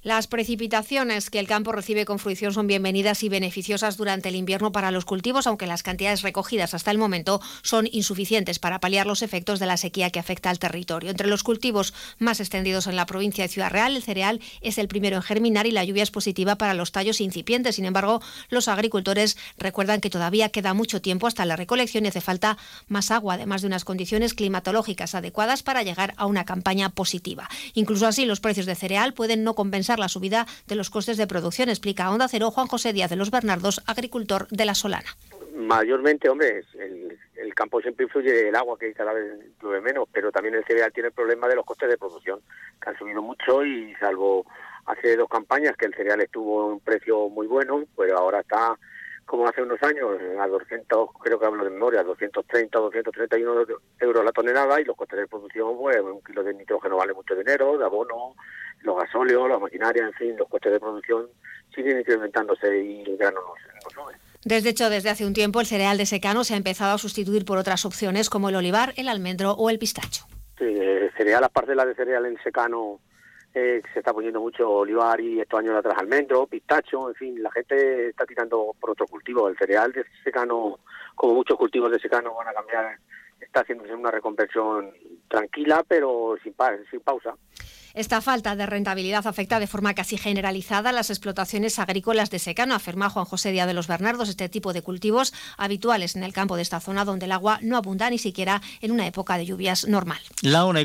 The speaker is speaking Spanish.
Las precipitaciones que el campo recibe con fruición son bienvenidas y beneficiosas durante el invierno para los cultivos, aunque las cantidades recogidas hasta el momento son insuficientes para paliar los efectos de la sequía que afecta al territorio. Entre los cultivos más extendidos en la provincia de Ciudad Real, el cereal es el primero en germinar y la lluvia es positiva para los tallos incipientes. Sin embargo, los agricultores recuerdan que todavía queda mucho tiempo hasta la recolección y hace falta más agua, además de unas condiciones climatológicas adecuadas para llegar a una campaña positiva. Incluso así, los precios de cereal pueden no compensar la subida de los costes de producción, explica a Onda Cero Juan José Díaz de los Bernardos, agricultor de La Solana. Mayormente, hombre, el campo siempre influye el agua, que cada vez llueve menos, pero también el cereal tiene el problema de los costes de producción, que han subido mucho y salvo hace 2 campañas que el cereal estuvo a un precio muy bueno, pues ahora está como hace unos años a 200, creo que hablo de memoria, 230 o 231 euros la tonelada, y los costes de producción, pues un kilo de nitrógeno vale mucho dinero, de abono, los gasóleos, la maquinaria, en fin, los costes de producción siguen incrementándose y el grano no sube. Desde hace un tiempo el cereal de secano se ha empezado a sustituir por otras opciones como el olivar, el almendro o el pistacho. Sí, el cereal, aparte de la de cereal en secano, se está poniendo mucho olivar y estos años atrás almendro, pistacho, en fin, la gente está tirando por otro cultivo. El cereal de secano, como muchos cultivos de secano van a cambiar, está haciéndose una reconversión tranquila, pero sin pausa. Esta falta de rentabilidad afecta de forma casi generalizada a las explotaciones agrícolas de secano, afirma Juan José Díaz de los Bernardos. Este tipo de cultivos habituales en el campo de esta zona donde el agua no abunda ni siquiera en una época de lluvias normal. La 1:40.